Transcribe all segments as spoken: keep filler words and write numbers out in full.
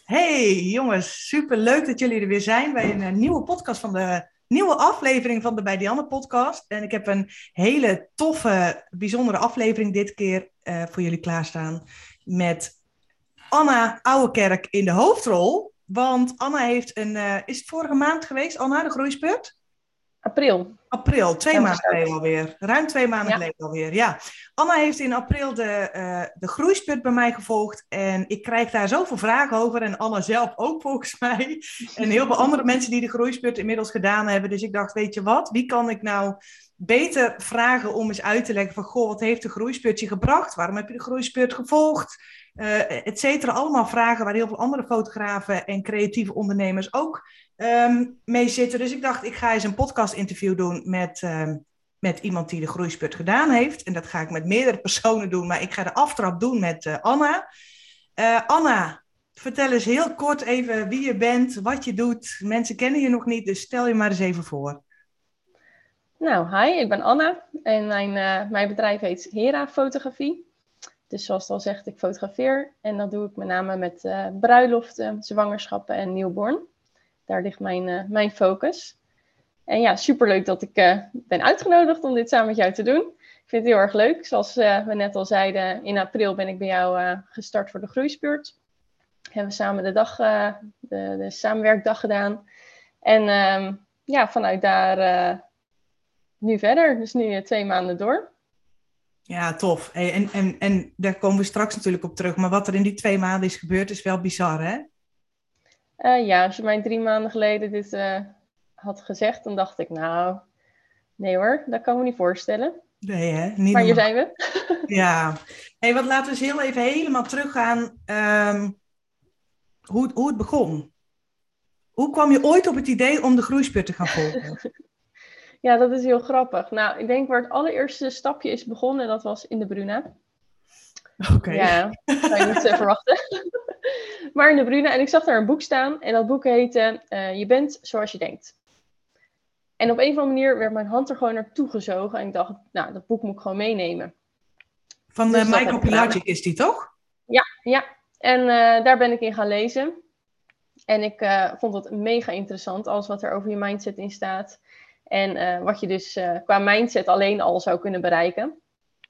Hey jongens, super leuk dat jullie er weer zijn bij een, eh, nieuwe podcast van de nieuwe aflevering van de Bij Dianne podcast. En ik heb een hele toffe, bijzondere aflevering dit keer eh, voor jullie klaarstaan met Anna Ouwekerk in de hoofdrol. Want Anna heeft een, eh, is het vorige maand geweest, Anna, de groeispurt? April April, twee zijn we maanden gestart. geleden alweer. Ruim twee maanden Ja, geleden alweer, ja. Anna heeft in april de, eh de groeispurt bij mij gevolgd. En ik krijg daar zoveel vragen over. En Anna zelf ook volgens mij. En heel veel andere mensen die de groeispurt inmiddels gedaan hebben. Dus ik dacht, weet je wat? Wie kan ik nou beter vragen om eens uit te leggen van... Goh, wat heeft de groeispurt je gebracht? Waarom heb je de groeispurt gevolgd? Uh, et cetera. Allemaal vragen waar heel veel andere fotografen en creatieve ondernemers ook um, mee zitten. Dus ik dacht, ik ga eens een podcast interview doen met, um, met iemand die de groeispurt gedaan heeft. En dat ga ik met meerdere personen doen, maar ik ga de aftrap doen met uh, Anna. Uh, Anna, vertel eens heel kort even wie je bent, wat je doet. Mensen kennen je nog niet, dus stel je maar eens even voor. nou, hi, ik ben Anna en mijn, uh, mijn bedrijf heet Hera Fotografie. Dus zoals het al zegt, ik fotografeer en dat doe ik met name met uh, bruiloften, zwangerschappen en newborn. Daar ligt mijn, uh, mijn focus. En ja, superleuk dat ik uh, ben uitgenodigd om dit samen met jou te doen. Ik vind het heel erg leuk. Zoals uh, we net al zeiden, in april ben ik bij jou uh, gestart voor de groeispurt. Hebben we samen de, dag, uh, de, de samenwerkdag gedaan. En uh, ja, vanuit daar... Uh, nu verder, dus nu uh, twee maanden door. Ja, tof. Hey, en, en, en daar komen we straks natuurlijk op terug. Maar wat er in die twee maanden is gebeurd, is wel bizar, hè? Uh, ja, als je mij drie maanden geleden dit uh, had gezegd, dan dacht ik, nou, nee hoor, dat kan ik me niet voorstellen. Nee, hè? Niet Maar hier normaal. zijn we. Ja. Hey, wat laten we eens heel even helemaal teruggaan. Um, hoe, hoe het begon. Hoe kwam je ooit op het idee om de groeispurt te gaan volgen? Ja, dat is heel grappig. Nou, ik denk waar het allereerste stapje is begonnen, dat was in de Bruna. Oké. Okay. Ja, zou je niet uh, verwachten. Maar in de Bruna, en ik zag daar een boek staan, en dat boek heette uh, Je bent zoals je denkt. En op een of andere manier werd mijn hand er gewoon naartoe gezogen, en ik dacht, nou, dat boek moet ik gewoon meenemen. Van Dus uh, Michael Pilagic is die, toch? Ja, ja. En uh, daar ben ik in gaan lezen. En ik uh, vond het mega interessant, alles wat er over je mindset in staat. En uh, wat je dus uh, qua mindset alleen al zou kunnen bereiken.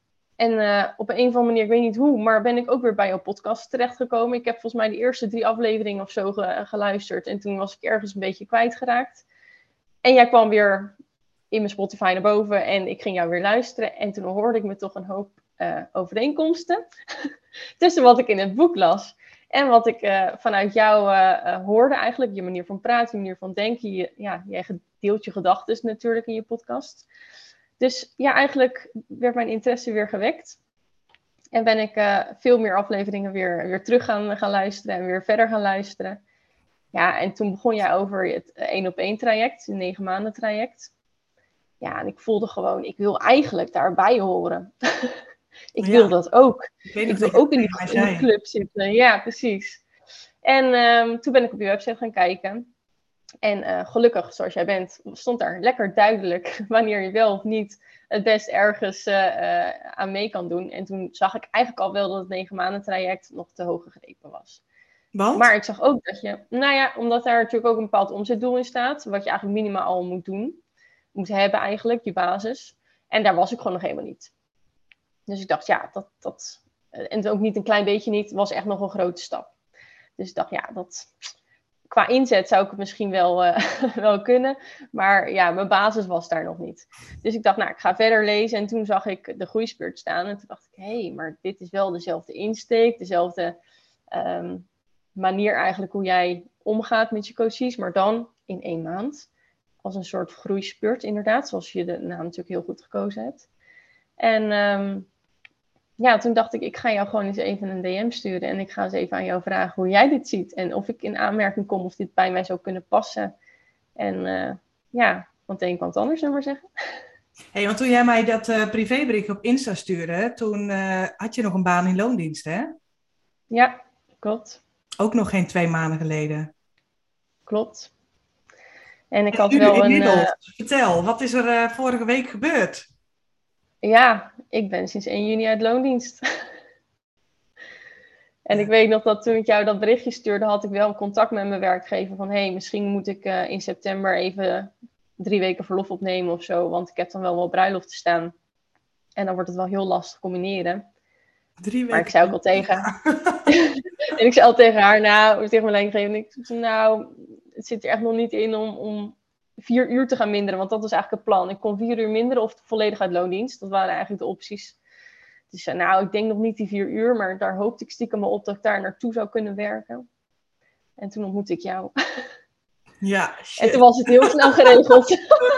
En uh, op een of andere manier, ik weet niet hoe, maar ben ik ook weer bij jouw podcast terechtgekomen. Ik heb volgens mij de eerste drie afleveringen of zo ge- geluisterd. En toen was ik ergens een beetje kwijtgeraakt. En jij kwam weer in mijn Spotify naar boven en ik ging jou weer luisteren. En toen hoorde ik me toch een hoop uh, overeenkomsten tussen wat ik in het boek las. En wat ik uh, vanuit jou uh, uh, hoorde eigenlijk, je manier van praten, je manier van denken. Je, ja, jij deelt je gedachten natuurlijk in je podcast. Dus ja, eigenlijk werd mijn interesse weer gewekt. En ben ik uh, veel meer afleveringen weer, weer terug gaan, gaan luisteren en weer verder gaan luisteren. Ja, en toen begon jij over het één op één traject, een negen maanden traject. Ja, en ik voelde gewoon, ik wil eigenlijk daarbij horen. Ik Ja, wil dat ook. ik weet Ik nog wil dat je ook in tegen die, mij in die zei. club zitten. Ja, precies. En um, toen ben ik op je website gaan kijken. En uh, gelukkig, zoals jij bent, stond daar lekker duidelijk wanneer je wel of niet het best ergens uh, uh, aan mee kan doen. En toen zag ik eigenlijk al wel dat het negen maanden traject nog te hoog gegrepen was. Want? Maar ik zag ook dat je, nou ja, omdat daar natuurlijk ook een bepaald omzetdoel in staat, wat je eigenlijk minimaal al moet doen, moet hebben eigenlijk, die basis. En daar was ik gewoon nog helemaal niet. Dus ik dacht, ja, dat, dat en ook niet een klein beetje niet, was echt nog een grote stap. Dus ik dacht, ja, dat, qua inzet zou ik het misschien wel, uh, wel kunnen. Maar ja, mijn basis was daar nog niet. Dus ik dacht, nou, ik ga verder lezen. En toen zag ik de groeispurt staan. En toen dacht ik, hé, hey, maar dit is wel dezelfde insteek. Dezelfde um, manier eigenlijk hoe jij omgaat met je coaches. Maar dan in één maand. Als een soort groeispurt inderdaad. Zoals je de naam natuurlijk heel goed gekozen hebt. En um, ja, toen dacht ik, ik ga jou gewoon eens even een D M sturen. En ik ga eens even aan jou vragen hoe jij dit ziet. En of ik in aanmerking kom of dit bij mij zou kunnen passen. En uh, ja, van het een kwam het anders, zullen we maar zeggen. Hey, want toen jij mij dat uh, privébericht op Insta stuurde, toen uh, had je nog een baan in loondienst, hè? Ja, klopt. Ook nog geen twee maanden geleden. Klopt. En ik En had nu wel een... inmiddels, Uh, vertel, wat is er uh, vorige week gebeurd? Ja, ik ben sinds één juni uit loondienst. En ik weet nog dat toen ik jou dat berichtje stuurde, had ik wel contact met mijn werkgever van, hé, hey, misschien moet ik uh, in september even drie weken verlof opnemen of zo, want ik heb dan wel wel bruiloft te staan. En dan wordt het wel heel lastig combineren. Drie weken. Maar ik zei ook al tegen... en ik zei al tegen haar, nou, tegen mijn leidinggever, ik zei, nou, het zit er echt nog niet in om, om vier uur te gaan minderen, want dat was eigenlijk het plan. Ik kon vier uur minderen of volledig uit loondienst. Dat waren eigenlijk de opties. Dus uh, nou, ik denk nog niet die vier uur, maar daar hoopte ik stiekem al op dat ik daar naartoe zou kunnen werken. En toen ontmoette ik jou. Ja, shit. En toen was het heel snel geregeld.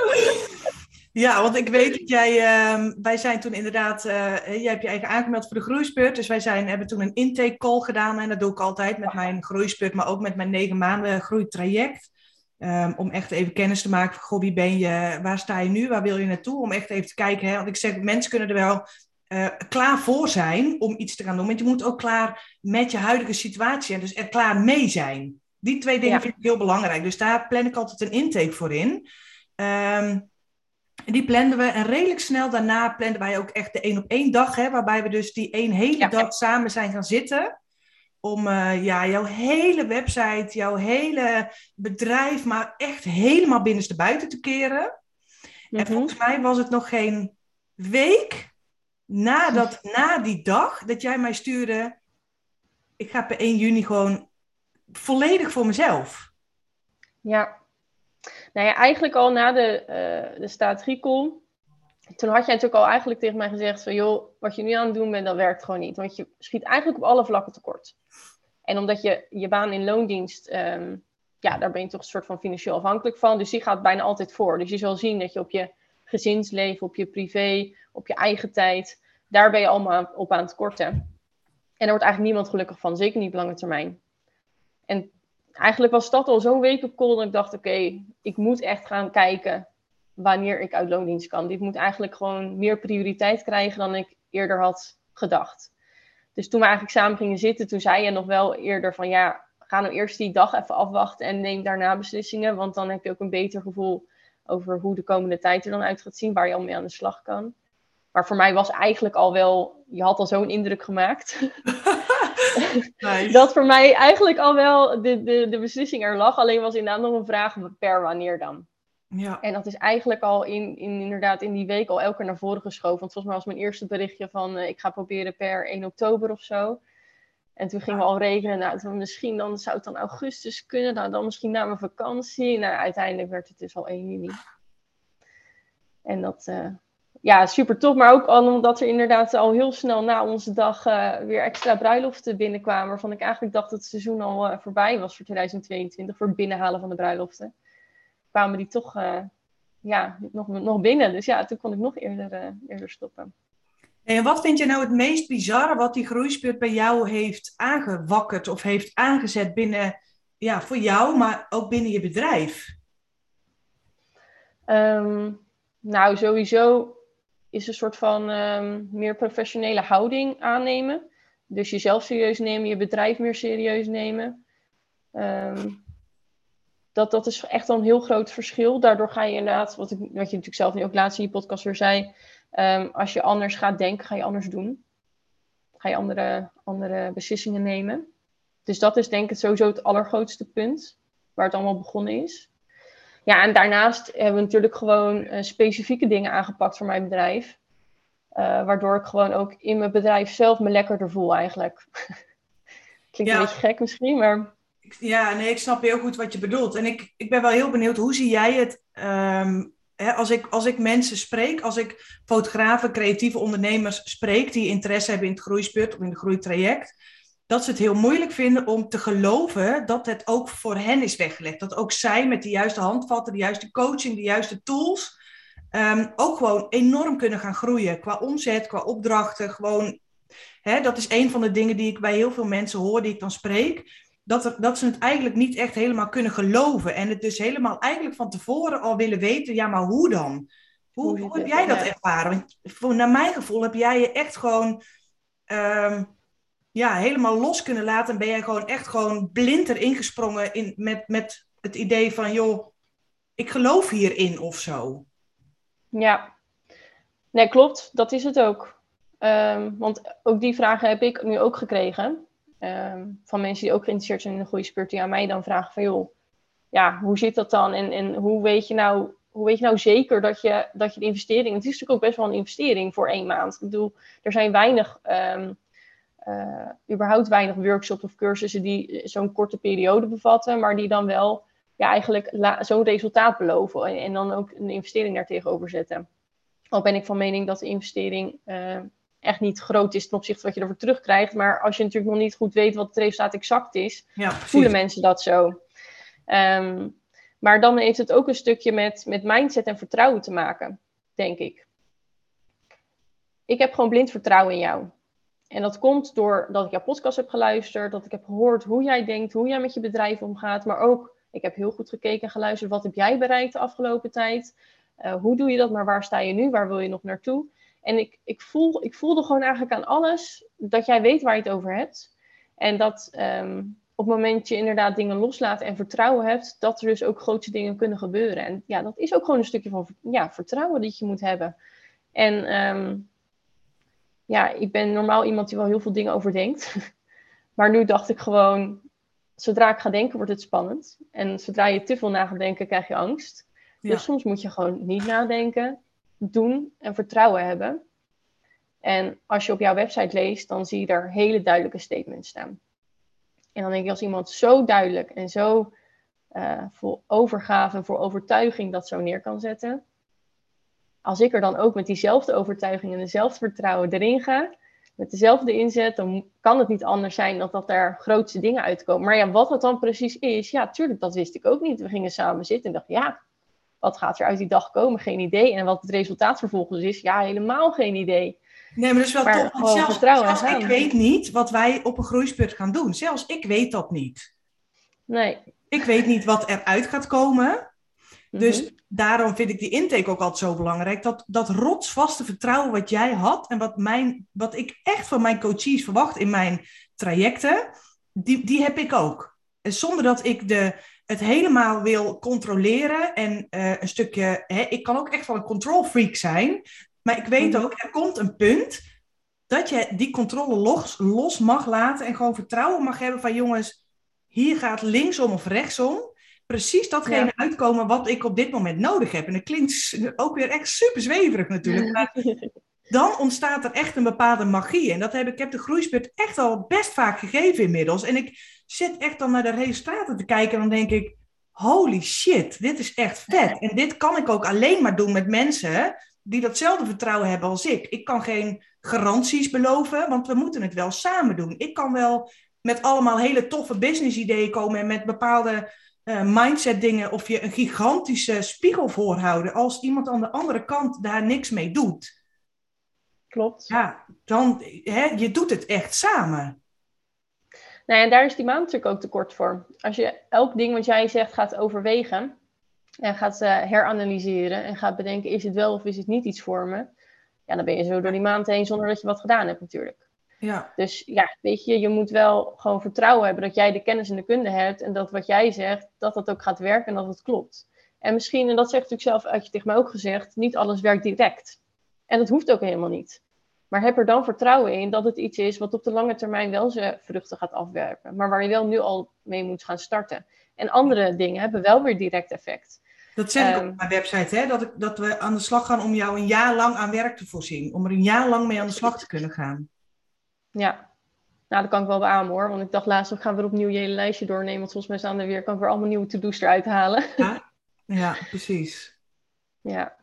Ja, want ik weet dat jij, uh, wij zijn toen inderdaad, uh, jij hebt je eigen aangemeld voor de groeispurt. Dus wij zijn, hebben toen een intake call gedaan en dat doe ik altijd met mijn groeispurt, maar ook met mijn negen maanden groeitraject. Um, om echt even kennis te maken van, goh, wie ben je, waar sta je nu, waar wil je naartoe? Om echt even te kijken, hè? Want ik zeg, mensen kunnen er wel uh, klaar voor zijn om iets te gaan doen. Want je moet ook klaar met je huidige situatie en dus er klaar mee zijn. Die twee dingen ja. vind ik heel belangrijk. Dus daar plan ik altijd een intake voor in. Um, die planden we en redelijk snel daarna planden wij ook echt de één op één dag, hè, waarbij we dus die één hele ja. dag samen zijn gaan zitten. Om uh, ja, jouw hele website, jouw hele bedrijf, maar echt helemaal binnenstebuiten te keren. Mm-hmm. En volgens mij was het nog geen week nadat, na die dag dat jij mij stuurde, ik ga per één juni gewoon volledig voor mezelf. Ja, nou ja, eigenlijk al na de, uh, de strategiecall, toen had jij natuurlijk al eigenlijk tegen mij gezegd van, joh, wat je nu aan het doen bent, dat werkt gewoon niet. Want je schiet eigenlijk op alle vlakken tekort. En omdat je je baan in loondienst, um, ja, daar ben je toch een soort van financieel afhankelijk van. Dus die gaat bijna altijd voor. Dus je zal zien dat je op je gezinsleven, op je privé, op je eigen tijd, daar ben je allemaal op aan het tekorten. En daar wordt eigenlijk niemand gelukkig van, zeker niet op lange termijn. En eigenlijk was dat al zo'n wake-up call dat ik dacht, oké, okay, ik moet echt gaan kijken wanneer ik uit loondienst kan. Dit moet eigenlijk gewoon meer prioriteit krijgen dan ik eerder had gedacht. Dus toen we eigenlijk samen gingen zitten, toen zei je nog wel eerder van, ja, ga nou eerst die dag even afwachten en neem daarna beslissingen, want dan heb je ook een beter gevoel over hoe de komende tijd er dan uit gaat zien, waar je al mee aan de slag kan. Maar voor mij was eigenlijk al wel, je had al zo'n indruk gemaakt. Nice. Dat voor mij eigenlijk al wel de, de, de beslissing er lag. Alleen was inderdaad nog een vraag per wanneer dan. Ja. En dat is eigenlijk al in, in, inderdaad in die week al elke keer naar voren geschoven. Want volgens mij was mijn eerste berichtje van uh, ik ga proberen per één oktober of zo. En toen gingen we al rekenen, nou, misschien dan zou het dan augustus kunnen. Nou, dan misschien na mijn vakantie. Nou, uiteindelijk werd het dus al één juni. En dat... Uh, Ja, super top. Maar ook omdat er inderdaad al heel snel na onze dag uh, weer extra bruiloften binnenkwamen. Waarvan ik eigenlijk dacht dat het seizoen al uh, voorbij was voor tweeduizend tweeëntwintig. Voor het binnenhalen van de bruiloften. Kwamen die toch uh, ja, nog, nog binnen. Dus ja, toen kon ik nog eerder, uh, eerder stoppen. En wat vind je nou het meest bizarre wat die groeispurt bij jou heeft aangewakkerd of heeft aangezet binnen, ja, voor jou, maar ook binnen je bedrijf? Um, nou, sowieso is een soort van um, meer professionele houding aannemen. Dus jezelf serieus nemen, je bedrijf meer serieus nemen. Um, dat, dat is echt wel een heel groot verschil. Daardoor ga je inderdaad, wat, ik, wat je natuurlijk zelf nu ook laatst in je podcast weer zei, um, als je anders gaat denken, ga je anders doen. Ga je andere, andere beslissingen nemen. Dus dat is denk ik sowieso het allergrootste punt, waar het allemaal begonnen is. Ja, en daarnaast hebben we natuurlijk gewoon uh, specifieke dingen aangepakt voor mijn bedrijf. Uh, waardoor ik gewoon ook in mijn bedrijf zelf me lekkerder voel eigenlijk. Klinkt ja. een beetje gek misschien, maar... Ja, nee, ik snap heel goed wat je bedoelt. En ik, ik ben wel heel benieuwd, hoe zie jij het? Um, hè, als, ik, als ik mensen spreek, als ik fotografen, creatieve ondernemers spreek die interesse hebben in het groeispurt of in het groeitraject, dat ze het heel moeilijk vinden om te geloven dat het ook voor hen is weggelegd. Dat ook zij met de juiste handvatten, de juiste coaching, de juiste tools, um, ook gewoon enorm kunnen gaan groeien. Qua omzet, qua opdrachten, gewoon. Hè, dat is een van de dingen die ik bij heel veel mensen hoor, die ik dan spreek. Dat, er, dat ze het eigenlijk niet echt helemaal kunnen geloven. En het dus helemaal eigenlijk van tevoren al willen weten, ja, maar hoe dan? Hoe, hoe heb jij dat ervaren? Want voor, naar mijn gevoel heb jij je echt gewoon... Um, ja, helemaal los kunnen laten en ben jij gewoon echt gewoon blind erin gesprongen in, met, met het idee van, joh, ik geloof hierin of zo. Ja, nee, klopt. Dat is het ook. Um, want ook die vragen heb ik nu ook gekregen. Um, van mensen die ook geïnteresseerd zijn in de groeispurt, die aan mij dan vragen van, joh, ja, hoe zit dat dan? En, en hoe weet je nou, hoe weet je nou zeker dat je, dat je de investering... Het is natuurlijk ook best wel een investering voor één maand. Ik bedoel, er zijn weinig, um, uh, überhaupt weinig workshops of cursussen die zo'n korte periode bevatten, maar die dan wel ja, eigenlijk la- zo'n resultaat beloven en, en dan ook een investering daar tegenover zetten. Al ben ik van mening dat de investering uh, echt niet groot is ten opzichte van wat je ervoor terugkrijgt. Maar als je natuurlijk nog niet goed weet wat het resultaat exact is, ja, voelen mensen dat zo. Um, maar dan heeft het ook een stukje met, met mindset en vertrouwen te maken, denk ik. Ik heb gewoon blind vertrouwen in jou. En dat komt doordat ik jouw podcast heb geluisterd, dat ik heb gehoord hoe jij denkt, hoe jij met je bedrijf omgaat. Maar ook, ik heb heel goed gekeken en geluisterd, wat heb jij bereikt de afgelopen tijd? Uh, hoe doe je dat, maar waar sta je nu? Waar wil je nog naartoe? En ik, ik, voel, ik voelde gewoon eigenlijk aan alles dat jij weet waar je het over hebt. En dat um, op het moment dat je inderdaad dingen loslaat en vertrouwen hebt, dat er dus ook grote dingen kunnen gebeuren. En ja, dat is ook gewoon een stukje van ja, vertrouwen dat je moet hebben. En um, ja, ik ben normaal iemand die wel heel veel dingen overdenkt. Maar nu dacht ik gewoon, zodra ik ga denken wordt het spannend. En zodra je te veel na gaat denken, krijg je angst. Ja. Dus soms moet je gewoon niet nadenken, doen en vertrouwen hebben. En als je op jouw website leest, dan zie je daar hele duidelijke statements staan. En dan denk je, als iemand zo duidelijk en zo uh, vol overgave en voor overtuiging dat zo neer kan zetten. Als ik er dan ook met diezelfde overtuiging en dezelfde vertrouwen erin ga, met dezelfde inzet, dan kan het niet anders zijn dan dat er grootste dingen uitkomen. Maar ja, wat dat dan precies is, ja, tuurlijk, dat wist ik ook niet. We gingen samen zitten en dachten, ja, wat gaat er uit die dag komen? Geen idee. En wat het resultaat vervolgens is, ja, helemaal geen idee. Nee, maar dat is wel maar tof. Want zelfs, vertrouwen zelfs gaan. ik weet niet wat wij op een groeispurt gaan doen. Zelfs ik weet dat niet. Nee. Ik weet niet wat eruit gaat komen. Dus Mm-hmm. daarom vind ik die intake ook altijd zo belangrijk. Dat, dat rotsvaste vertrouwen wat jij had en wat, mijn, wat ik echt van mijn coaches verwacht in mijn trajecten, die, die heb ik ook. En zonder dat ik de, het helemaal wil controleren en uh, een stukje... Hè, ik kan ook echt wel een control freak zijn, maar ik weet mm-hmm. ook, er komt een punt dat je die controle los, los mag laten en gewoon vertrouwen mag hebben van jongens, hier gaat linksom of rechtsom precies datgene ja. uitkomen wat ik op dit moment nodig heb. En dat klinkt ook weer echt super zweverig natuurlijk. Maar dan ontstaat er echt een bepaalde magie. En dat heb ik, ik heb de groeispurt echt al best vaak gegeven inmiddels. En ik zit echt dan naar de resultaten te kijken en dan denk ik, holy shit, dit is echt vet. En dit kan ik ook alleen maar doen met mensen die datzelfde vertrouwen hebben als ik. Ik kan geen garanties beloven, want we moeten het wel samen doen. Ik kan wel met allemaal hele toffe business ideeën komen en met bepaalde Uh, mindset dingen of je een gigantische spiegel voorhouden als iemand aan de andere kant daar niks mee doet. Klopt. Ja, dan, hè, je doet het echt samen. Nou, en daar is die maand natuurlijk ook te kort voor. Als je elk ding wat jij zegt gaat overwegen en gaat uh, heranalyseren en gaat bedenken, is het wel of is het niet iets voor me? Ja, dan ben je zo door die maand heen zonder dat je wat gedaan hebt natuurlijk. Ja. Dus ja, weet je, je moet wel gewoon vertrouwen hebben dat jij de kennis en de kunde hebt en dat wat jij zegt, dat dat ook gaat werken en dat het klopt. En misschien, en dat zegt natuurlijk zelf, had je tegen mij ook gezegd, niet alles werkt direct. En dat hoeft ook helemaal niet. Maar heb er dan vertrouwen in dat het iets is wat op de lange termijn wel zijn vruchten gaat afwerpen. Maar waar je wel nu al mee moet gaan starten. En andere dingen hebben wel weer direct effect. Dat zeg ik um, op mijn website, hè? Dat, ik, dat we aan de slag gaan om jou een jaar lang aan werk te voorzien. Om er een jaar lang mee aan de slag te kunnen gaan. Ja, nou dat kan ik wel beamen hoor. Want ik dacht laatst ook gaan we weer opnieuw je hele lijstje doornemen. Want volgens mij staan er weer, kan ik weer allemaal nieuwe to-do's eruit halen. Ja, ja precies. Ja.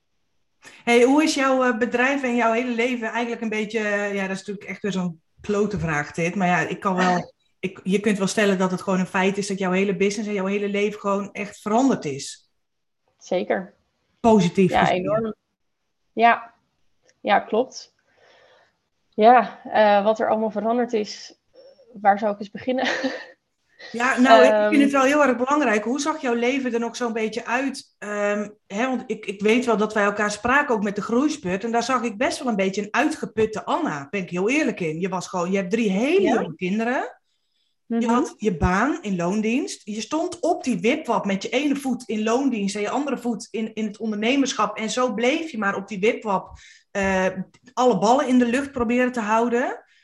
Hey, hoe is jouw bedrijf en jouw hele leven eigenlijk een beetje... Ja, dat is natuurlijk echt weer zo'n klote vraag dit. Maar ja, ik kan wel... Ik, je kunt wel stellen dat het gewoon een feit is dat jouw hele business en jouw hele leven gewoon echt veranderd is. Zeker. Positief Ja, gezien. enorm. Ja, ja klopt. Ja, uh, wat er allemaal veranderd is, waar zou ik eens beginnen? Ja, nou, um, ik vind het wel heel erg belangrijk. Hoe zag jouw leven er nog zo'n beetje uit? Um, hè, want ik, ik weet wel dat wij elkaar spraken ook met de groeispurt. En daar zag ik best wel een beetje een uitgeputte Anna. Daar ben ik heel eerlijk in. Je was gewoon, je hebt drie hele ja? jonge kinderen. Mm-hmm. Je had je baan in loondienst. Je stond op die wipwap met je ene voet in loondienst en je andere voet in, in het ondernemerschap. En zo bleef je maar op die wipwap uh, alle ballen in de lucht proberen te houden.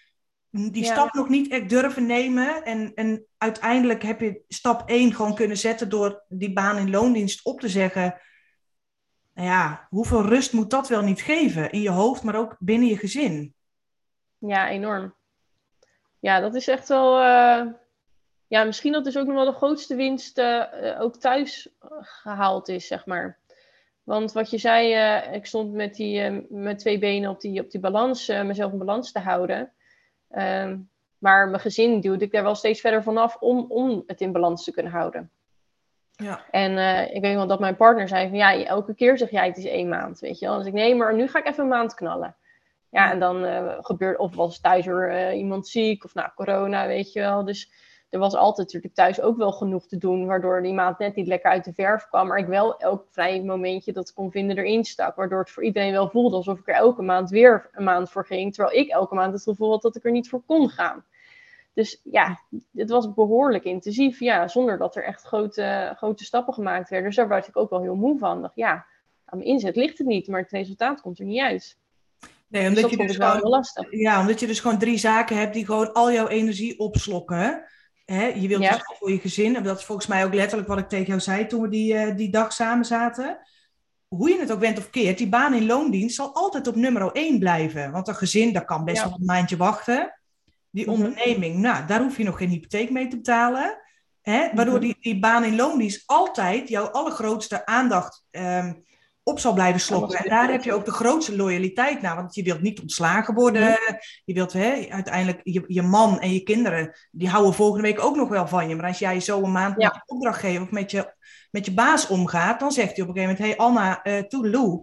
die Ja. stap nog niet echt durven nemen. En, en uiteindelijk heb je stap één gewoon kunnen zetten door die baan in loondienst op te zeggen. Nou ja, hoeveel rust moet dat wel niet geven in je hoofd, maar ook binnen je gezin? Ja, enorm. Ja, dat is echt wel... Uh... Ja, misschien dat dus ook nog wel de grootste winst uh, ook thuis gehaald is, zeg maar. Want wat je zei, uh, ik stond met, die, uh, met twee benen op die, op die balans, uh, mezelf in balans te houden. Uh, maar mijn gezin duwde ik daar wel steeds verder vanaf om, om het in balans te kunnen houden. Ja. En uh, ik weet wel dat mijn partner zei van ja, elke keer zeg jij het is één maand, weet je wel. Dus ik nee, maar nu ga ik even een maand knallen. Ja, ja. En dan uh, gebeurt, of was thuis weer uh, iemand ziek, of nou, corona, weet je wel. Dus er was altijd natuurlijk thuis ook wel genoeg te doen, waardoor die maand net niet lekker uit de verf kwam. Maar ik wel elk vrij momentje dat ik kon vinden erin stak. Waardoor het voor iedereen wel voelde alsof ik er elke maand weer een maand voor ging. Terwijl ik elke maand het gevoel had dat ik er niet voor kon gaan. Dus ja, het was behoorlijk intensief. Ja, zonder dat er echt grote, grote stappen gemaakt werden. Dus daar werd ik ook wel heel moe van. Ik dacht, ja, aan mijn inzet ligt het niet, maar het resultaat komt er niet uit. Nee, omdat dus dat je vond dus ik wel gewoon, heel lastig. Ja, omdat je dus gewoon drie zaken hebt die gewoon al jouw energie opslokken. Hè? Je wilt Ja. dus voor je gezin, en dat is volgens mij ook letterlijk wat ik tegen jou zei toen we die, uh, die dag samen zaten. Hoe je het ook went of keert, die baan in loondienst zal altijd op nummer één blijven. Want een gezin, dat kan best Ja. wel een maandje wachten. Die Mm-hmm. onderneming, nou, daar hoef je nog geen hypotheek mee te betalen. Hè? Waardoor Mm-hmm. die, die baan in loondienst altijd jouw allergrootste aandacht um, op zal blijven slokken. En daar heb je ook de grootste loyaliteit naar. Want je wilt niet ontslagen worden. Mm-hmm. Je wilt hè, uiteindelijk je, je man en je kinderen, die houden volgende week ook nog wel van je. Maar als jij zo een maand ja. met je opdrachtgever of met je, met je baas omgaat, dan zegt hij op een gegeven moment, hey Anna, uh, toedeloe.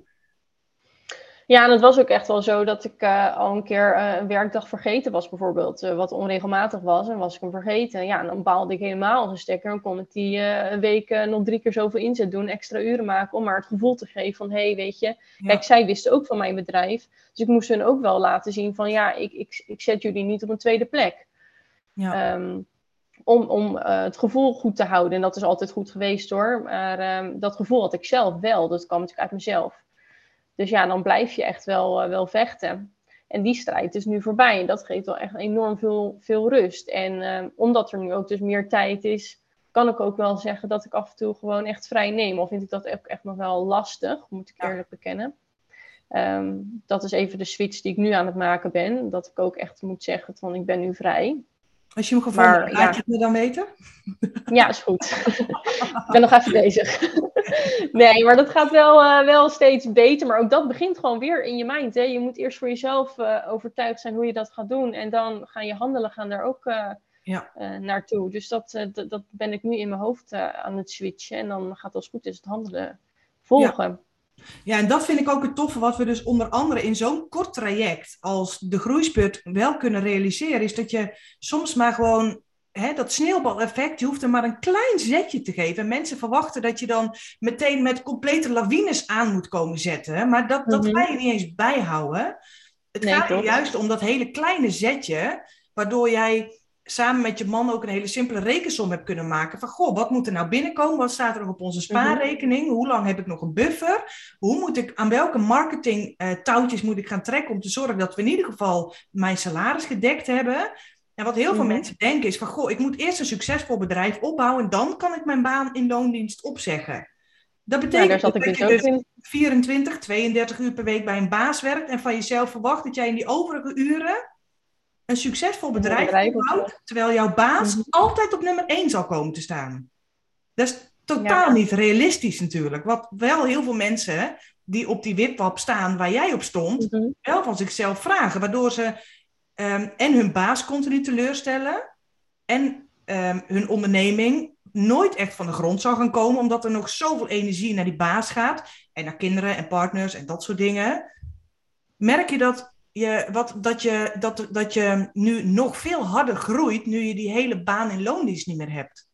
Ja, en het was ook echt wel zo dat ik uh, al een keer uh, een werkdag vergeten was bijvoorbeeld. Uh, wat onregelmatig was en was ik hem vergeten. Ja, en dan baalde ik helemaal een stekker. En kon ik die uh, een week uh, nog drie keer zoveel inzet doen. Extra uren maken om maar het gevoel te geven van... Hé, hey, weet je... Ja. Kijk, zij wisten ook van mijn bedrijf. Dus ik moest hun ook wel laten zien van... Ja, ik, ik, ik zet jullie niet op een tweede plek. Ja. Um, om om uh, het gevoel goed te houden. En dat is altijd goed geweest hoor. Maar um, dat gevoel had ik zelf wel. Dat kwam natuurlijk uit mezelf. Dus ja, dan blijf je echt wel, uh, wel vechten. En die strijd is nu voorbij. En dat geeft wel echt enorm veel, veel rust. En uh, omdat er nu ook dus meer tijd is, kan ik ook wel zeggen dat ik af en toe gewoon echt vrij neem. Al vind ik dat ook echt nog wel lastig, moet ik eerlijk ja. bekennen. Um, dat is even de switch die ik nu aan het maken ben. Dat ik ook echt moet zeggen van ik ben nu vrij. Als je hem gevonden hebt, laat ja. je het me dan weten? Ja, is goed. Ik ben nog even bezig. Nee, maar dat gaat wel, uh, wel steeds beter. Maar ook dat begint gewoon weer in je mind. Hè? Je moet eerst voor jezelf uh, overtuigd zijn hoe je dat gaat doen. En dan gaan je handelen gaan daar ook uh, ja. uh, naartoe. Dus dat, uh, d- dat ben ik nu in mijn hoofd uh, aan het switchen. En dan gaat als het goed is het handelen volgen. Ja. Ja, en dat vind ik ook het toffe, wat we dus onder andere in zo'n kort traject als de groeispurt wel kunnen realiseren, is dat je soms maar gewoon, hè, dat sneeuwbaleffect, je hoeft er maar een klein zetje te geven. En mensen verwachten dat je dan meteen met complete lawines aan moet komen zetten, maar dat, dat mm-hmm. ga je niet eens bijhouden. Het nee, gaat er juist om dat hele kleine zetje, waardoor jij samen met je man ook een hele simpele rekensom hebt kunnen maken. Van, goh, wat moet er nou binnenkomen? Wat staat er nog op onze spaarrekening? Mm-hmm. Hoe lang heb ik nog een buffer? Hoe moet ik, aan welke marketing uh, touwtjes moet ik gaan trekken om te zorgen dat we in ieder geval mijn salaris gedekt hebben? En wat heel mm-hmm. veel mensen denken is van, goh, ik moet eerst een succesvol bedrijf opbouwen en dan kan ik mijn baan in loondienst opzeggen. Dat betekent ja, dat, dat je dus in. vierentwintig, tweeëndertig uur per week bij een baas werkt en van jezelf verwacht dat jij in die overige uren een succesvol bedrijf, bedrijf opbouwt, terwijl jouw baas mm-hmm. altijd op nummer één zal komen te staan. Dat is totaal ja. niet realistisch natuurlijk. Wat wel heel veel mensen die op die wipwap staan waar jij op stond, mm-hmm. wel van zichzelf vragen. Waardoor ze um, en hun baas continu teleurstellen en um, hun onderneming nooit echt van de grond zal gaan komen, omdat er nog zoveel energie naar die baas gaat en naar kinderen en partners en dat soort dingen. Merk je dat Je, wat, dat, je, dat, dat je nu nog veel harder groeit, nu je die hele baan in loondienst niet meer hebt?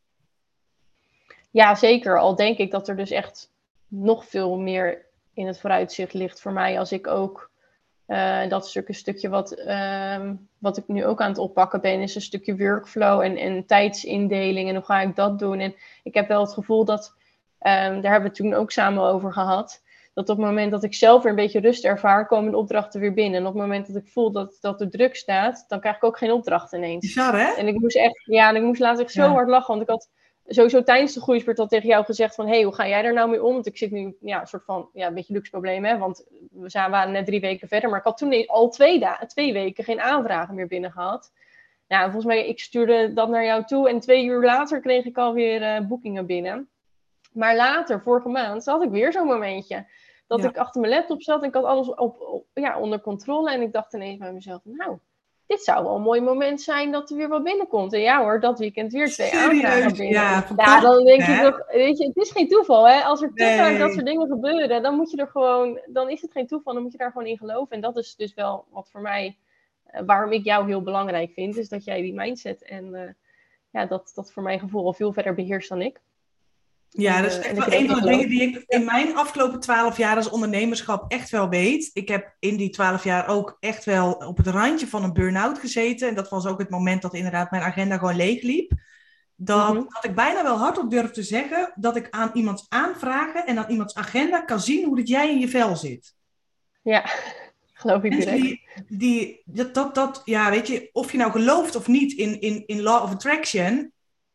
Ja, zeker. Al denk ik dat er dus echt nog veel meer in het vooruitzicht ligt voor mij. Als ik ook, uh, dat is een stukje wat, uh, wat ik nu ook aan het oppakken ben, is een stukje workflow en, en tijdsindeling. En hoe ga ik dat doen? En ik heb wel het gevoel dat, um, daar hebben we het toen ook samen over gehad, dat op het moment dat ik zelf weer een beetje rust ervaar, komen de opdrachten weer binnen. En op het moment dat ik voel dat, dat de druk staat, dan krijg ik ook geen opdracht ineens. Bizar, hè? En ik moest echt, ja, en ik moest laatst echt zo Ja. hard lachen, want ik had sowieso tijdens de groeispurt al tegen jou gezegd van, hé, hey, hoe ga jij daar nou mee om? Want ik zit nu, ja, een soort van, ja, een beetje luxe probleem, hè, want we zijn, waren net drie weken verder, maar ik had toen al twee, da- twee weken geen aanvragen meer binnen gehad. Nou, volgens mij, ik stuurde dat naar jou toe en twee uur later kreeg ik alweer uh, boekingen binnen. Maar later, vorige maand, had ik weer zo'n momentje. Dat Ja. ik achter mijn laptop zat en ik had alles op, op, ja, onder controle. En ik dacht ineens bij mezelf, nou, dit zou wel een mooi moment zijn dat er weer wat binnenkomt. En ja hoor, dat weekend weer twee Serieus? aanvragen binnen. Ja, ja, dan denk hè? je toch, weet je, het is geen toeval, hè. Als er te Nee. vaak dat soort dingen gebeuren, dan moet je er gewoon, dan is het geen toeval, dan moet je daar gewoon in geloven. En dat is dus wel wat voor mij, uh, waarom ik jou heel belangrijk vind, is dat jij die mindset en uh, ja, dat, dat voor mijn gevoel al veel verder beheerst dan ik. Ja, dat is echt wel een van de dingen die ik in mijn afgelopen twaalf jaar als ondernemerschap echt wel weet. Ik heb in die twaalf jaar ook echt wel op het randje van een burn-out gezeten. En dat was ook het moment dat inderdaad mijn agenda gewoon leeg liep. Dat, mm-hmm. dat ik bijna wel hardop durf te zeggen dat ik aan iemands aanvragen en aan iemands agenda kan zien hoe dat jij in je vel zit. Ja, geloof ik direct. Die, die, dat, dat, dat, ja, weet je, of je nou gelooft of niet in, in, in Law of Attraction,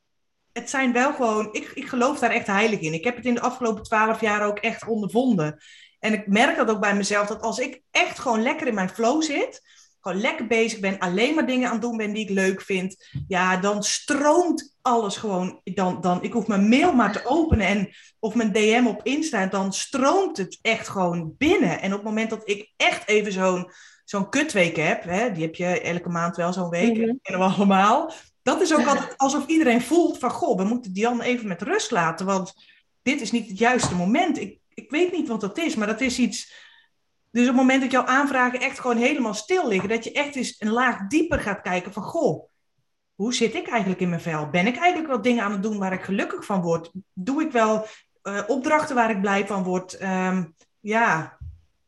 het zijn wel gewoon, ik, ik geloof daar echt heilig in. Ik heb het in de afgelopen twaalf jaar ook echt ondervonden. En ik merk dat ook bij mezelf, dat als ik echt gewoon lekker in mijn flow zit, gewoon lekker bezig ben, alleen maar dingen aan het doen ben die ik leuk vind, ja, dan stroomt alles gewoon. Dan, dan, ik hoef mijn mail maar te openen en, of mijn D M op Insta, dan stroomt het echt gewoon binnen. En op het moment dat ik echt even zo'n, zo'n kutweek heb, hè, die heb je elke maand wel zo'n week, mm-hmm. kennen we allemaal. Dat is ook altijd alsof iedereen voelt van, goh, we moeten Diane even met rust laten, want dit is niet het juiste moment. Ik, ik weet niet wat dat is, maar dat is iets. Dus op het moment dat jouw aanvragen echt gewoon helemaal stil liggen, dat je echt eens een laag dieper gaat kijken van, goh, hoe zit ik eigenlijk in mijn vel? Ben ik eigenlijk wel dingen aan het doen waar ik gelukkig van word? Doe ik wel uh, opdrachten waar ik blij van word? Um, ja.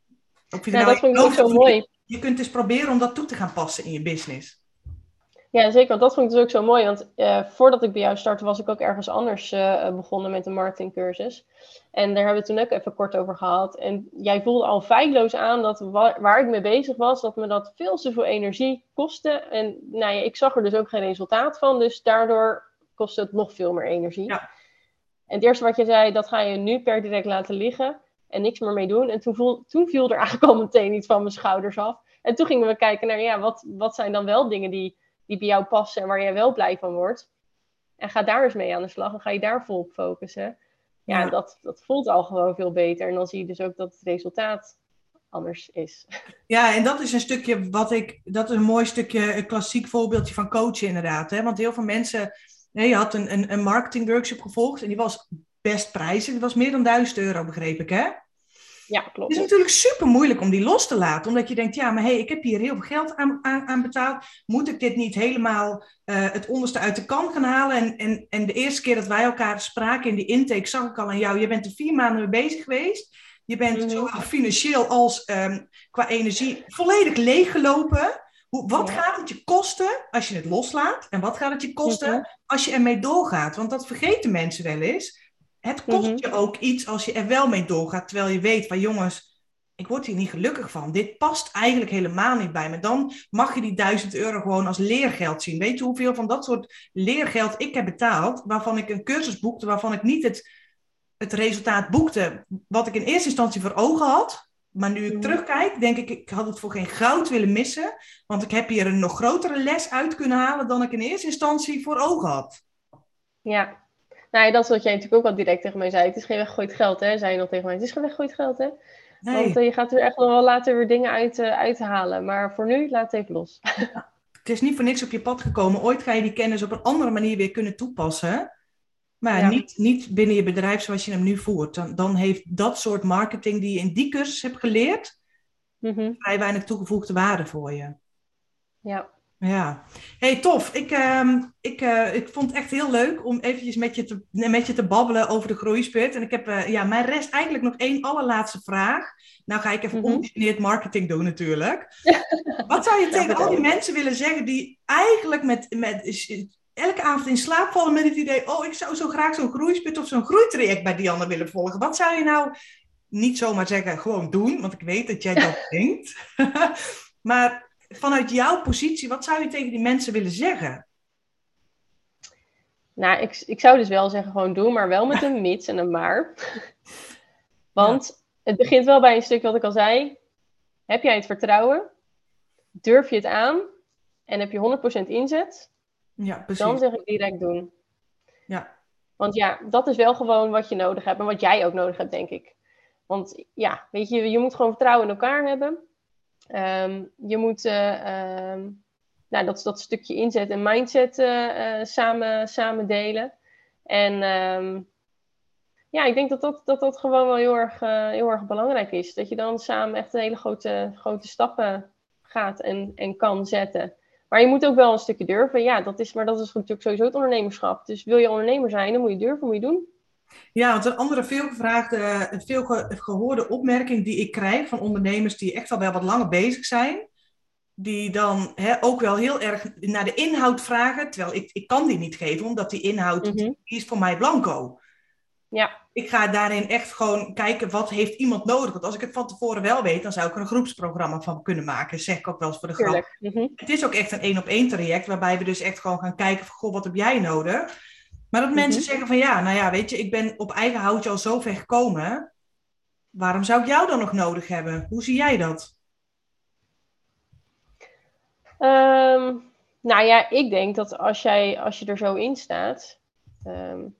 Of je ja, nou dat vond ik ook zo mooi. Je, je kunt eens proberen om dat toe te gaan passen in je business. Ja, zeker. Want dat vond ik dus ook zo mooi. Want uh, voordat ik bij jou startte, was ik ook ergens anders uh, begonnen met een marketingcursus. En daar hebben we toen ook even kort over gehad. En jij voelde al feilloos aan dat waar, waar ik mee bezig was, dat me dat veel te veel energie kostte. En nou ja, ik zag er dus ook geen resultaat van. Dus daardoor kostte het nog veel meer energie. Ja. En het eerste wat je zei, dat ga je nu per direct laten liggen en niks meer mee doen. En toen, voel, toen viel er eigenlijk al meteen iets van mijn schouders af. En toen gingen we kijken naar, ja, wat, wat zijn dan wel dingen die... die bij jou passen en waar jij wel blij van wordt. En ga daar eens mee aan de slag en ga je daar vol op focussen. Ja, ja. Dat, dat voelt al gewoon veel beter. En dan zie je dus ook dat het resultaat anders is. Ja, en dat is een stukje wat ik... Dat is een mooi stukje, een klassiek voorbeeldje van coachen inderdaad. Hè? Want heel veel mensen... Nee, je had een, een, een marketingworkshop gevolgd en die was best prijzig. Die was meer dan duizend euro, begreep ik, hè? Ja, klopt. Het is natuurlijk super moeilijk om die los te laten. Omdat je denkt, ja, maar hé, hey, ik heb hier heel veel geld aan, aan, aan betaald. Moet ik dit niet helemaal uh, het onderste uit de kan gaan halen? En, en, en de eerste keer dat wij elkaar spraken in die intake, zag ik al aan jou. Je bent er vier maanden mee bezig geweest. Je bent mm-hmm. zowel financieel als um, qua energie volledig leeggelopen. Hoe, wat ja. gaat het je kosten als je het loslaat? En wat gaat het je kosten mm-hmm. als je ermee doorgaat? Want dat vergeten mensen wel eens. Het kost mm-hmm. je ook iets als je er wel mee doorgaat, terwijl je weet van jongens, ik word hier niet gelukkig van. Dit past eigenlijk helemaal niet bij me. Dan mag je die duizend euro gewoon als leergeld zien. Weet je hoeveel van dat soort leergeld ik heb betaald, waarvan ik een cursus boekte, waarvan ik niet het, het resultaat boekte wat ik in eerste instantie voor ogen had. Maar nu ik mm-hmm. terugkijk, denk ik, ik had het voor geen goud willen missen. Want ik heb hier een nog grotere les uit kunnen halen dan ik in eerste instantie voor ogen had. Ja. Nou, dat is wat jij natuurlijk ook al direct tegen mij zei. Het is geen weggegooid geld, hè? Zei je nog tegen mij. Het is geen weggegooid geld, hè? Nee. Want uh, je gaat er echt nog wel later weer dingen uit, uh, uithalen. Maar voor nu, laat het even los. Ja. Het is niet voor niks op je pad gekomen. Ooit ga je die kennis op een andere manier weer kunnen toepassen. Maar ja. niet, niet binnen je bedrijf zoals je hem nu voert. Dan, dan heeft dat soort marketing die je in die cursus hebt geleerd, mm-hmm. vrij weinig toegevoegde waarde voor je. Ja. Ja, hey, tof. Ik, uh, ik, uh, ik vond het echt heel leuk om eventjes met je te, met je te babbelen over de groeispurt. En ik heb, uh, ja, mijn rest eigenlijk nog één allerlaatste vraag. Nou ga ik even mm-hmm. ongegeneerd marketing doen natuurlijk. Wat zou je tegen al die mensen willen zeggen die eigenlijk met, met elke avond in slaap vallen met het idee, oh, ik zou zo graag zo'n groeispurt of zo'n groeitraject bij Diane willen volgen. Wat zou je nou niet zomaar zeggen, gewoon doen, want ik weet dat jij dat denkt. Maar vanuit jouw positie, wat zou je tegen die mensen willen zeggen? Nou, ik, ik zou dus wel zeggen gewoon doen, maar wel met een mits en een maar. Want ja. Het begint wel bij een stuk wat ik al zei. Heb jij het vertrouwen? Durf je het aan? En heb je honderd procent inzet? Ja, precies. Dan zeg ik direct doen. Ja. Want ja, dat is wel gewoon wat je nodig hebt. En wat jij ook nodig hebt, denk ik. Want ja, weet je, je moet gewoon vertrouwen in elkaar hebben. Um, je moet uh, um, nou, dat, dat stukje inzet en mindset uh, uh, samen, samen delen. En um, ja, ik denk dat dat, dat, dat gewoon wel heel erg, uh, heel erg belangrijk is. Dat je dan samen echt hele grote, grote stappen gaat en, en kan zetten. Maar je moet ook wel een stukje durven. Ja, dat is, maar dat is natuurlijk sowieso het ondernemerschap. Dus wil je ondernemer zijn, dan moet je durven, moet je doen. Ja, want een andere veelgevraagde, veel gehoorde opmerking die ik krijg van ondernemers die echt al wel wat langer bezig zijn, die dan hè, ook wel heel erg naar de inhoud vragen, terwijl ik, ik kan die niet geven, omdat die inhoud, mm-hmm. die is voor mij blanco. Ja. Ik ga daarin echt gewoon kijken, wat heeft iemand nodig? Want als ik het van tevoren wel weet, dan zou ik er een groepsprogramma van kunnen maken. Dat zeg ik ook wel eens voor de grap. Mm-hmm. Het is ook echt een één-op-één traject, waarbij we dus echt gewoon gaan kijken van, goh, wat heb jij nodig? Maar dat mensen mm-hmm. zeggen van, ja, nou ja, weet je, ik ben op eigen houtje al zo ver gekomen. Waarom zou ik jou dan nog nodig hebben? Hoe zie jij dat? Um, nou ja, ik denk dat als, jij, als je er zo in staat, um,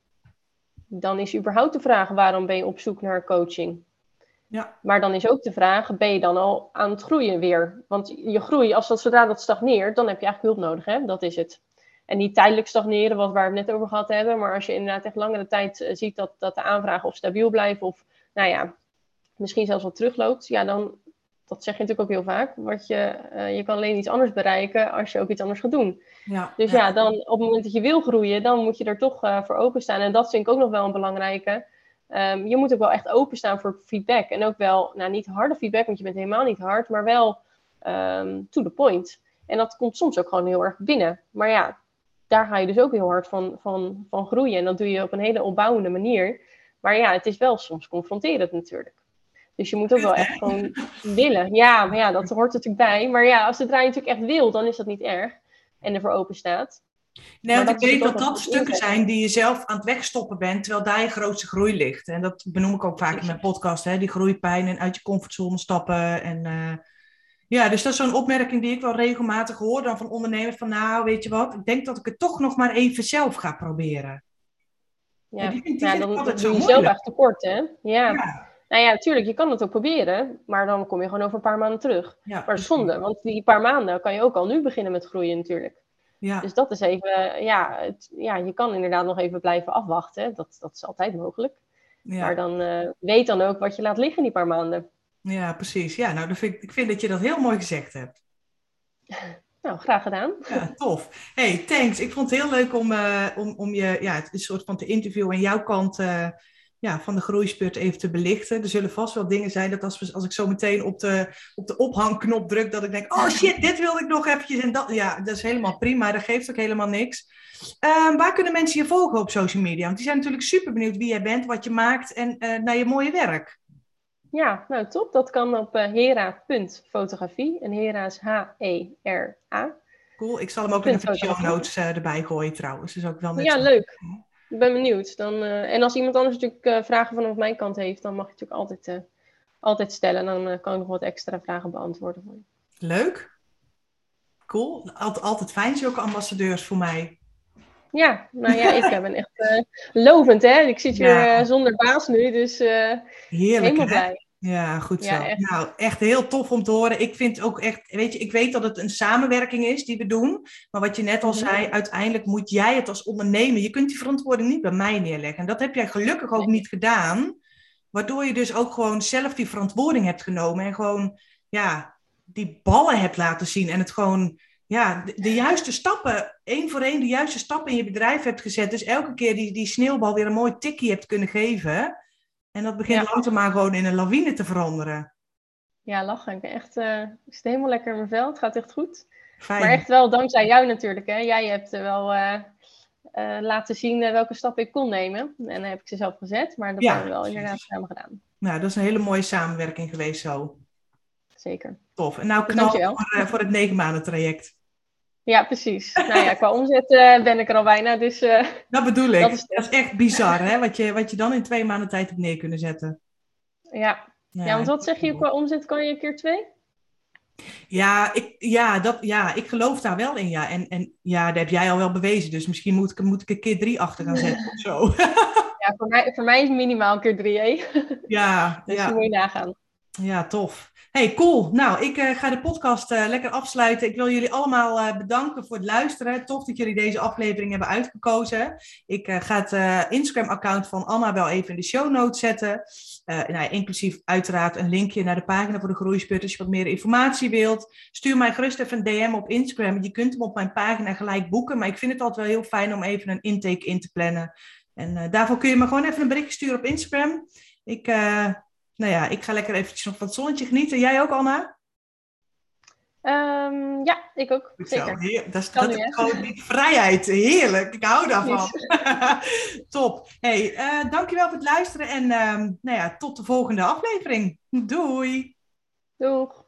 dan is überhaupt de vraag, waarom ben je op zoek naar coaching? Ja. Maar dan is ook de vraag, ben je dan al aan het groeien weer? Want je groei, als dat, zodra dat stagneert, dan heb je eigenlijk hulp nodig, hè? Dat is het. En niet tijdelijk stagneren, wat waar we het net over gehad hebben, maar als je inderdaad echt langere tijd uh, ziet dat, dat de aanvragen of stabiel blijven, of nou ja, misschien zelfs wat terugloopt, ja, dan, dat zeg je natuurlijk ook heel vaak, wat je, uh, je kan alleen iets anders bereiken als je ook iets anders gaat doen. Ja, dus ja, ja dan op het moment dat je wil groeien, dan moet je er toch uh, voor openstaan. En dat vind ik ook nog wel een belangrijke. Um, je moet ook wel echt openstaan voor feedback. En ook wel, nou niet harde feedback, want je bent helemaal niet hard, maar wel um, to the point. En dat komt soms ook gewoon heel erg binnen. Maar ja, daar ga je dus ook heel hard van, van, van groeien. En dat doe je op een hele opbouwende manier. Maar ja, het is wel soms confronterend natuurlijk. Dus je moet ook wel echt gewoon willen. Ja, maar ja, dat hoort er natuurlijk bij. Maar ja, als zodra je natuurlijk echt wil, dan is dat niet erg. En ervoor open staat. Nee, want ik weet dat dat stukken zijn die je zelf aan het wegstoppen bent, terwijl daar je grootste groei ligt. En dat benoem ik ook vaak in mijn podcast, hè? Die groeipijn en uit je comfortzone stappen. En uh, ja, dus dat is zo'n opmerking die ik wel regelmatig hoor dan van ondernemers van, nou, weet je wat, ik denk dat ik het toch nog maar even zelf ga proberen. Ja, ja, die, die ja dan, dan doe je jezelf echt tekort, hè? Ja. ja. Nou ja, natuurlijk, je kan het ook proberen, maar dan kom je gewoon over een paar maanden terug. Ja, maar zonde, want die paar maanden kan je ook al nu beginnen met groeien natuurlijk. Ja. Dus dat is even, ja, het, ja, je kan inderdaad nog even blijven afwachten. Dat, dat is altijd mogelijk. Ja. Maar dan uh, weet dan ook wat je laat liggen die paar maanden. Ja, precies. Ja, nou, vind ik, ik vind dat je dat heel mooi gezegd hebt. Nou, graag gedaan. Ja, tof. Hey, thanks. Ik vond het heel leuk om, uh, om, om je, ja, het is een soort van te interviewen aan jouw kant uh, ja, van de groeispurt even te belichten. Er zullen vast wel dingen zijn dat als, als ik zo meteen op de, op de ophangknop druk, dat ik denk, oh shit, dit wilde ik nog eventjes. En dat, ja, dat is helemaal prima. Dat geeft ook helemaal niks. Uh, waar kunnen mensen je volgen op social media? Want die zijn natuurlijk super benieuwd wie jij bent, wat je maakt en uh, naar je mooie werk. Ja, nou top. Dat kan op uh, hera punt fotografie. En Hera is H E R A. Cool. Ik zal hem ook in de show notes uh, erbij gooien trouwens. Dus ook wel net ja, zo. Leuk. Ik ben benieuwd. Dan, uh, en als iemand anders natuurlijk uh, vragen vanaf mijn kant heeft, dan mag je natuurlijk altijd, uh, altijd stellen. Dan uh, kan ik nog wat extra vragen beantwoorden voor je. Leuk. Cool. Altijd, altijd fijn, zulke ambassadeurs voor mij. Ja, nou ja, ik ben echt uh, lovend, hè. Ik zit hier ja. uh, zonder baas nu, dus uh, Heerlijk, helemaal hè? blij. Ja, goed zo. Ja, echt. Nou, echt heel tof om te horen. Ik vind ook echt, weet je, ik weet dat het een samenwerking is die we doen. Maar wat je net al zei, uiteindelijk moet jij het als ondernemer. Je kunt die verantwoording niet bij mij neerleggen. En dat heb jij gelukkig ook nee. niet gedaan. Waardoor je dus ook gewoon zelf die verantwoording hebt genomen. En gewoon, ja, die ballen hebt laten zien. En het gewoon, ja, de, de juiste stappen, één voor één de juiste stappen in je bedrijf hebt gezet. Dus elke keer die, die sneeuwbal weer een mooi tikje hebt kunnen geven. En dat begint ja. langzaam maar gewoon in een lawine te veranderen. Ja, lachen. Ik ben echt, uh, ik zit helemaal lekker in mijn vel. Het gaat echt goed. Fijn. Maar echt wel dankzij jou natuurlijk. Hè? Jij hebt er wel uh, uh, laten zien uh, welke stappen ik kon nemen. En dan heb ik ze zelf gezet, maar dat ja, hebben we wel precies. inderdaad samen gedaan. Nou, dat is een hele mooie samenwerking geweest zo. Zeker. Tof. En nou knal dus voor, uh, voor het negen maanden traject. Ja, precies. Nou ja, qua omzet uh, ben ik er al bijna, dus... Uh, dat bedoel ik. Dat is, dat is echt bizar, hè? Wat je, wat je dan in twee maanden tijd hebt neer kunnen zetten. Ja. Ja, ja, want wat zeg je qua omzet? Kan je een keer twee? Ja, ik, ja, dat, ja, ik geloof daar wel in, ja. En, en ja, dat heb jij al wel bewezen. Dus misschien moet ik, moet ik een keer drie achter gaan zetten of zo. Ja, voor mij, voor mij is het minimaal een keer drie, hè? Ja. Dus ja. dan moet je nagaan. Ja, tof. Hey, cool. Nou, ik uh, ga de podcast uh, lekker afsluiten. Ik wil jullie allemaal uh, bedanken voor het luisteren. Tof dat jullie deze aflevering hebben uitgekozen. Ik uh, ga het uh, Instagram-account van Anna wel even in de show notes zetten. Uh, nou, inclusief uiteraard een linkje naar de pagina voor de Groeispurt. Als je wat meer informatie wilt, stuur mij gerust even een D M op Instagram. Je kunt hem op mijn pagina gelijk boeken. Maar ik vind het altijd wel heel fijn om even een intake in te plannen. En uh, daarvoor kun je me gewoon even een berichtje sturen op Instagram. Ik... Uh, Nou ja, ik ga lekker eventjes nog van het zonnetje genieten. Jij ook, Anna? Um, ja, ik ook. Goed zeker. Zo. Heer, dat is, dat is gewoon die vrijheid. Heerlijk. Ik hou daarvan. Top. Hey, uh, dankjewel voor het luisteren. En um, nou ja, tot de volgende aflevering. Doei. Doeg.